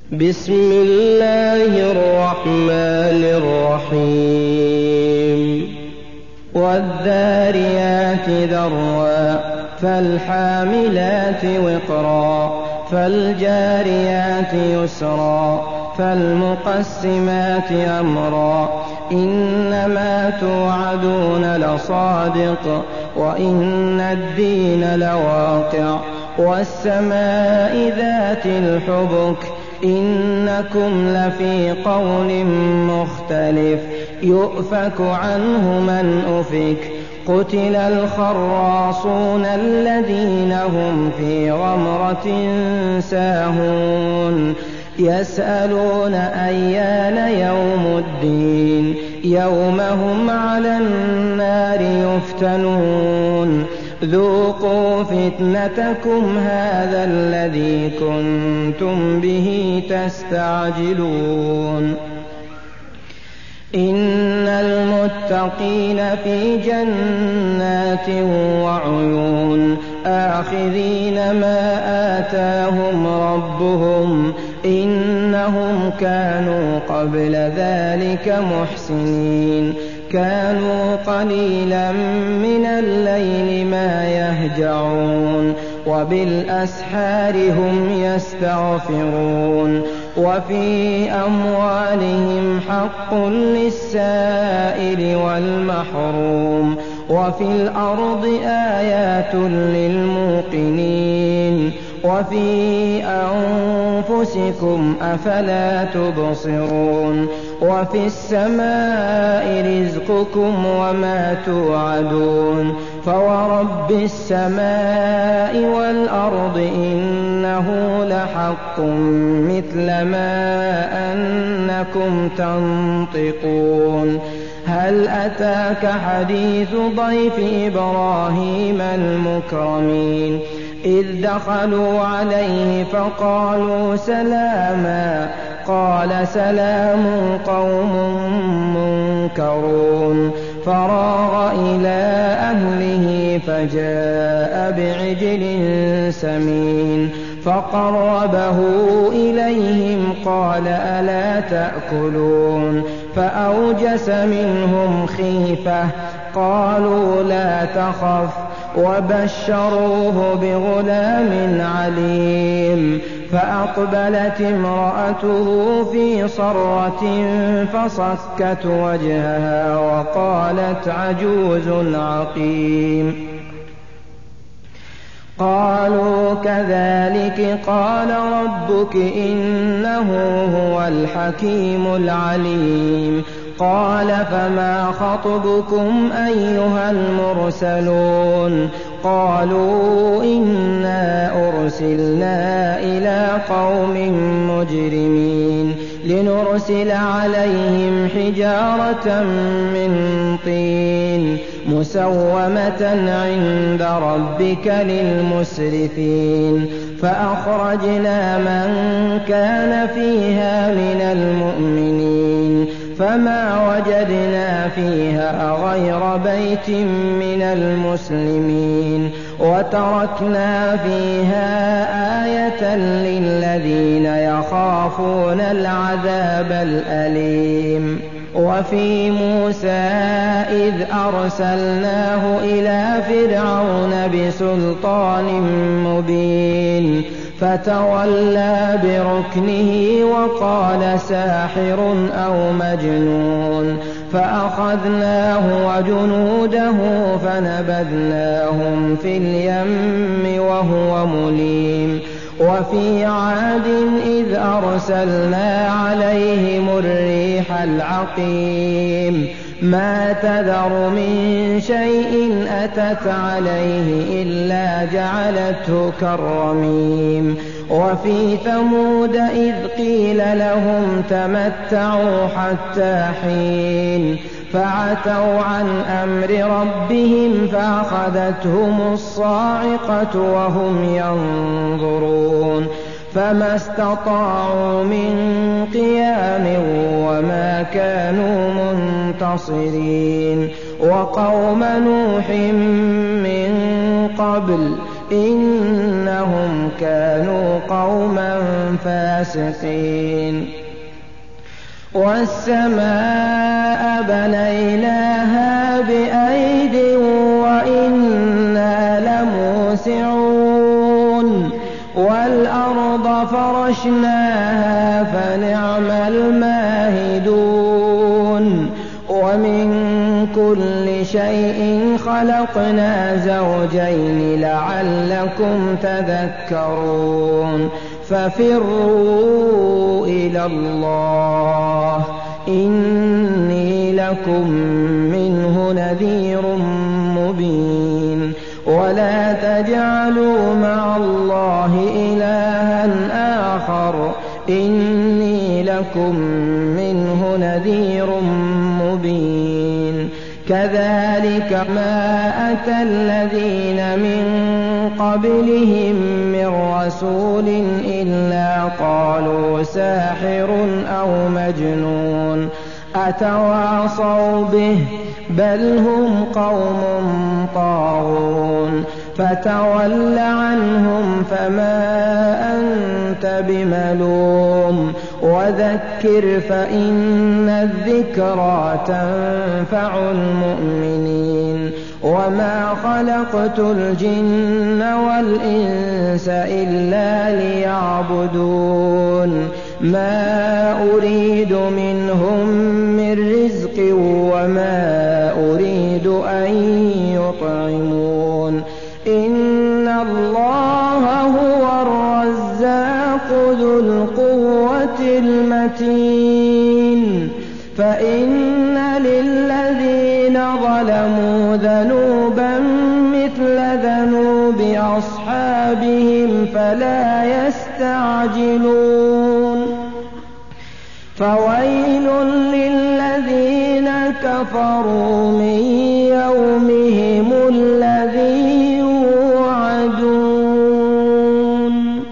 بسم الله الرحمن الرحيم والذاريات ذروا فالحاملات وقرا فالجاريات يسرا فالمقسمات أمرا إنما توعدون لصادق وإن الدين لواقع والسماء ذات الحبك إنكم لفي قول مختلف يؤفك عنه من أفك قتل الخراصون الذين هم في غمرة ساهون يسألون أيان يوم الدين يوم هم على النار يفتنون ذوقوا فتنتكم هذا الذي كنتم به تستعجلون إن المتقين في جنات وعيون آخذين ما آتاهم ربهم إنهم كانوا قبل ذلك محسنين كانوا قليلا من الليل ما يهجعون وبالأسحار هم يستغفرون وفي أموالهم حق للسائل والمحروم وفي الأرض آيات للموقنين وفي أنفسكم أفلا تبصرون وفي السماء رزقكم وما توعدون فورب السماء والأرض إنه لحق مثل ما أنكم تنطقون هل أتاك حديث ضيف إبراهيم المكرمين إذ دخلوا عليه فقالوا سلاما قال سلام قوم منكرون فراغ إلى أهله فجاء بعجل سمين فقربه إليهم قال ألا تأكلون فأوجس منهم خيفة قالوا لا تخف وبشروه بغلام عليم فأقبلت امرأته في صرة فصكت وجهها وقالت عجوز عقيم قالوا كذلك قال ربك إنه هو الحكيم العليم قال فما خطبكم أيها المرسلون قالوا إنا أرسلنا إلى قوم مجرمين لنرسل عليهم حجارة من طين مسومة عند ربك للمسرفين فأخرجنا من كان فيها من المؤمنين فما وجدنا فيها غير بيت من المسلمين وتركنا فيها آية للذين يخافون العذاب الأليم وفي موسى إذ أرسلناه إلى فرعون بسلطان مبين فتولى بركنه وقال ساحر أو مجنون فأخذناه وجنوده فنبذناهم في اليم وهو مليم وفي عاد إذ أرسلنا عليهم الريح العقيم ما تذر من شيء أتت عليه إلا جعلته كالرميم وفي ثمود إذ قيل لهم تمتعوا حتى حين فعتوا عن أمر ربهم فأخذتهم الصاعقة وهم ينظرون فما استطاعوا من قيام وما كانوا منتصرين وقوم نوح من قبل إنهم كانوا قوما فاسقين والسماء بنيناها بأيد وإنا لموسعون والأرض فرشناها فنعم الماهدون ومن كل شيء خلقنا زوجين لعلكم تذكرون ففروا إلى الله إني لكم منه نذير مبين ولا تجعلوا مع الله إلها آخر إني لكم منه نذير مبين كذلك ما أتى الذين من قبلهم من رسول إلا قالوا ساحر أو مجنون أتواصوا به بل هم قوم طاغون فتول عنهم فما أنت بملوم وذكر فإن الذكرى تنفع المؤمنين وما خلقت الجن والإنس إلا ليعبدون ما أريد منهم من رزق وما أريد أن يطعمون إن الله هو الرزاق ذو القوة المتين فإن للذين ظلموا ذنوبا مثل ذنوب أصحابهم فلا يستعجلون فويل للذين كفروا من